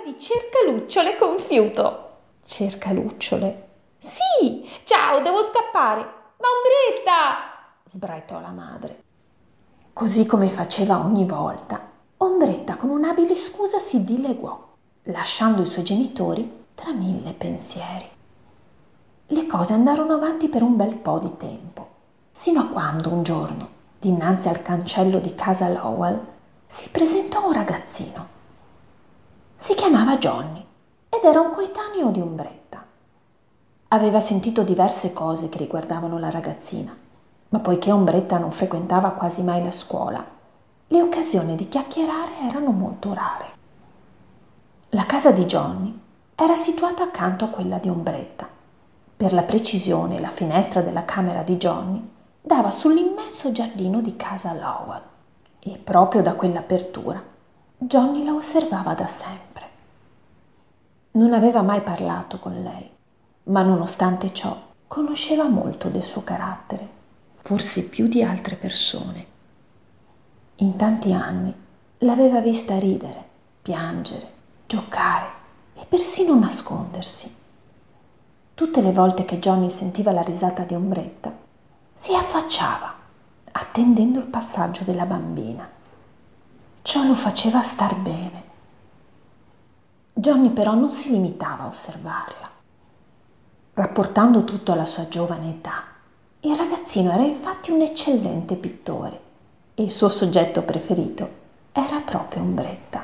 di cercalucciole con fiuto. Cercalucciole? Sì, ciao, devo scappare. Ma Ombretta! Sbraitò la madre. Così come faceva ogni volta, Ombretta con un'abile scusa si dileguò, lasciando i suoi genitori tra mille pensieri. Le cose andarono avanti per un bel po' di tempo, sino a quando un giorno, dinanzi al cancello di casa Lowell, si presentò un ragazzino. Si chiamava Johnny ed era un coetaneo di Ombretta. Aveva sentito diverse cose che riguardavano la ragazzina, ma poiché Ombretta non frequentava quasi mai la scuola, le occasioni di chiacchierare erano molto rare. La casa di Johnny era situata accanto a quella di Ombretta. Per la precisione, la finestra della camera di Johnny dava sull'immenso giardino di casa Lowell e proprio da quell'apertura Johnny la osservava da sempre. Non aveva mai parlato con lei, ma nonostante ciò conosceva molto del suo carattere, forse più di altre persone. In tanti anni l'aveva vista ridere, piangere, giocare e persino nascondersi. Tutte le volte che Johnny sentiva la risata di Ombretta, si affacciava, attendendo il passaggio della bambina. Ciò lo faceva star bene. Johnny però non si limitava a osservarla. Rapportando tutto alla sua giovane età, il ragazzino era infatti un eccellente pittore e il suo soggetto preferito era proprio Ombretta.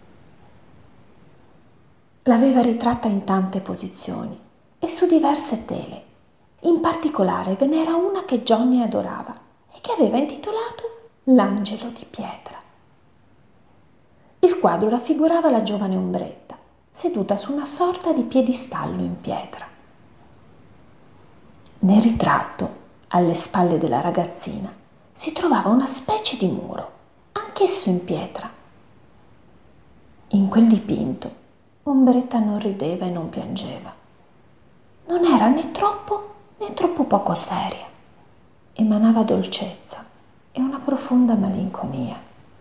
L'aveva ritratta in tante posizioni e su diverse tele. In particolare ve n'era una che Johnny adorava e che aveva intitolato L'angelo di pietra. Il quadro raffigurava la giovane Ombretta, seduta su una sorta di piedistallo in pietra. Nel ritratto, alle spalle della ragazzina, si trovava una specie di muro, anch'esso in pietra. In quel dipinto, Ombretta non rideva e non piangeva. Non era né troppo poco seria. Emanava dolcezza e una profonda malinconia.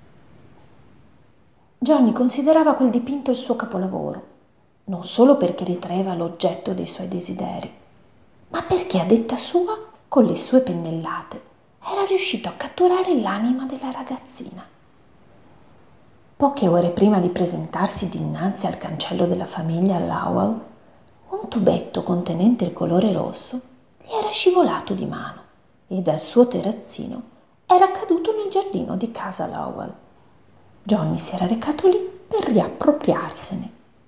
Johnny considerava quel dipinto il suo capolavoro, non solo perché ritraeva l'oggetto dei suoi desideri, ma perché a detta sua, con le sue pennellate, era riuscito a catturare l'anima della ragazzina. Poche ore prima di presentarsi dinanzi al cancello della famiglia Lowell, un tubetto contenente il colore rosso gli era scivolato di mano e dal suo terrazzino era caduto nel giardino di casa Lowell. Johnny si era recato lì per riappropriarsene.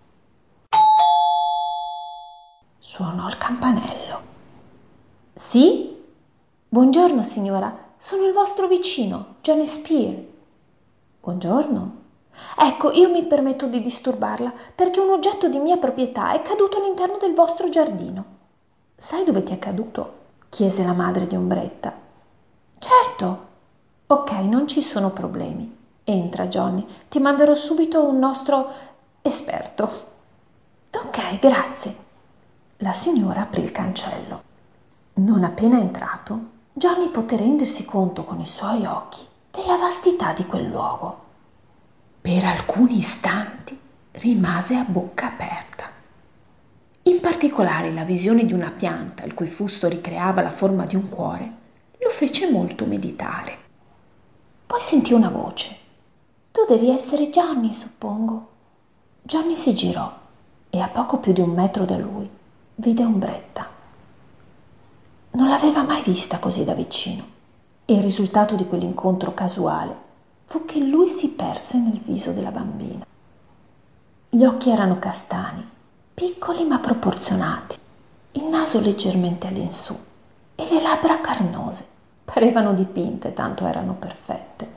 Suonò il campanello. Sì? Buongiorno signora, sono il vostro vicino, Johnny Spear. Buongiorno. Ecco, io mi permetto di disturbarla perché un oggetto di mia proprietà è caduto all'interno del vostro giardino. Sai dove ti è caduto? Chiese la madre di Ombretta. Certo. Ok, non ci sono problemi. Entra, Johnny, ti manderò subito un nostro esperto. Ok, grazie. La signora aprì il cancello. Non appena entrato, Johnny poté rendersi conto con i suoi occhi della vastità di quel luogo. Per alcuni istanti rimase a bocca aperta. In particolare la visione di una pianta il cui fusto ricreava la forma di un cuore lo fece molto meditare. Poi sentì una voce. Tu devi essere Johnny, suppongo. Johnny si girò e a poco più di 1 metro da lui vide Ombretta. Non l'aveva mai vista così da vicino e il risultato di quell'incontro casuale fu che lui si perse nel viso della bambina. Gli occhi erano castani, piccoli ma proporzionati, il naso leggermente all'insù e le labbra carnose, parevano dipinte, tanto erano perfette.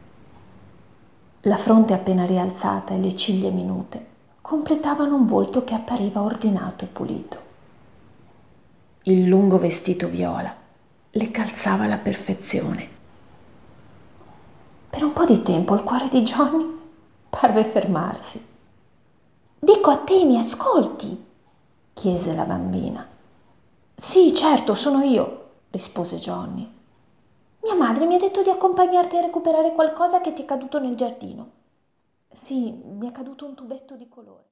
La fronte appena rialzata e le ciglia minute completavano un volto che appariva ordinato e pulito. Il lungo vestito viola le calzava alla perfezione. Per un po' di tempo il cuore di Johnny parve fermarsi. Dico a te, mi ascolti? Chiese la bambina. Sì, certo, sono io, rispose Johnny. Mia madre mi ha detto di accompagnarti a recuperare qualcosa che ti è caduto nel giardino. Sì, mi è caduto un tubetto di colore.